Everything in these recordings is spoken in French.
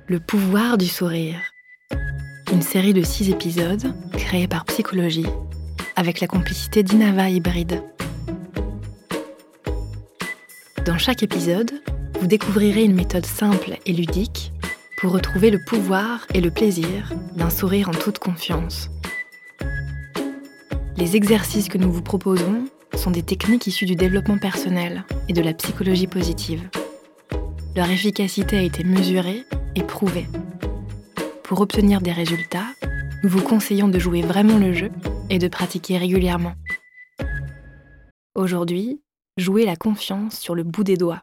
Le pouvoir du sourire. Une série de 6 épisodes créée par Psychologie avec la complicité d'Inava Hybride. Dans chaque épisode, vous découvrirez une méthode simple et ludique pour retrouver le pouvoir et le plaisir d'un sourire en toute confiance. Les exercices que nous vous proposons sont des techniques issues du développement personnel et de la psychologie positive. Leur efficacité a été mesurée et prouvée. Pour obtenir des résultats, nous vous conseillons de jouer vraiment le jeu et de pratiquer régulièrement. Aujourd'hui, jouez la confiance sur le bout des doigts.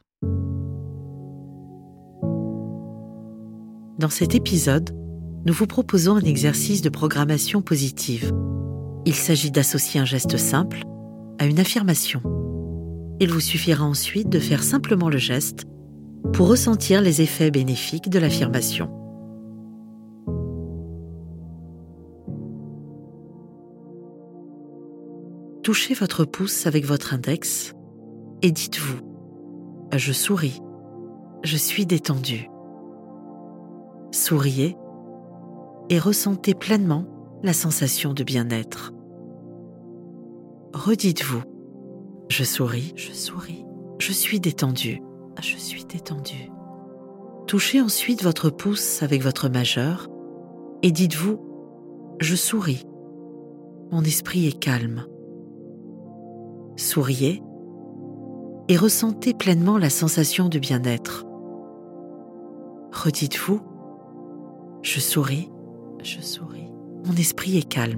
Dans cet épisode, nous vous proposons un exercice de programmation positive. Il s'agit d'associer un geste simple à une affirmation. Il vous suffira ensuite de faire simplement le geste pour ressentir les effets bénéfiques de l'affirmation. Touchez votre pouce avec votre index et dites-vous « Je souris, je suis détendu ». Souriez et ressentez pleinement la sensation de bien-être. Redites-vous « Je souris, je suis détendu, je suis détendu ». Touchez ensuite votre pouce avec votre majeur et dites-vous « Je souris, mon esprit est calme ». Souriez et ressentez pleinement la sensation de bien-être. Redites-vous « Je souris, mon esprit est calme ».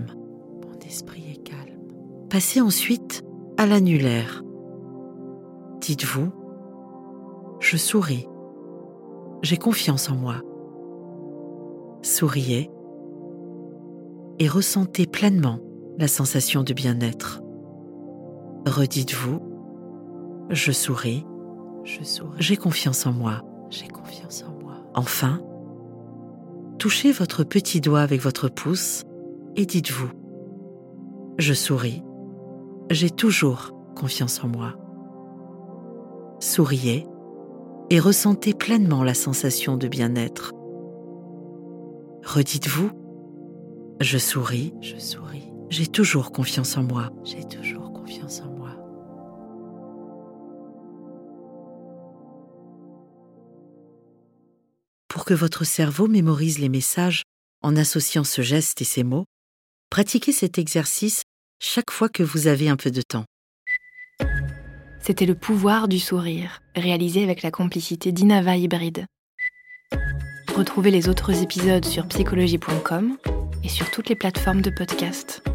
Passez ensuite à l'annulaire. Dites-vous « Je souris, j'ai confiance en moi ». Souriez et ressentez pleinement la sensation de bien-être. Redites-vous « Je souris, j'ai confiance en moi ». Enfin, touchez votre petit doigt avec votre pouce et dites-vous « Je souris, j'ai toujours confiance en moi ». Souriez et ressentez pleinement la sensation de bien-être. Redites-vous « Je souris, j'ai toujours confiance en moi ». Pour que votre cerveau mémorise les messages en associant ce geste et ces mots, pratiquez cet exercice chaque fois que vous avez un peu de temps. C'était le pouvoir du sourire, réalisé avec la complicité d'Inava Hybride. Retrouvez les autres épisodes sur psychologie.com et sur toutes les plateformes de podcast.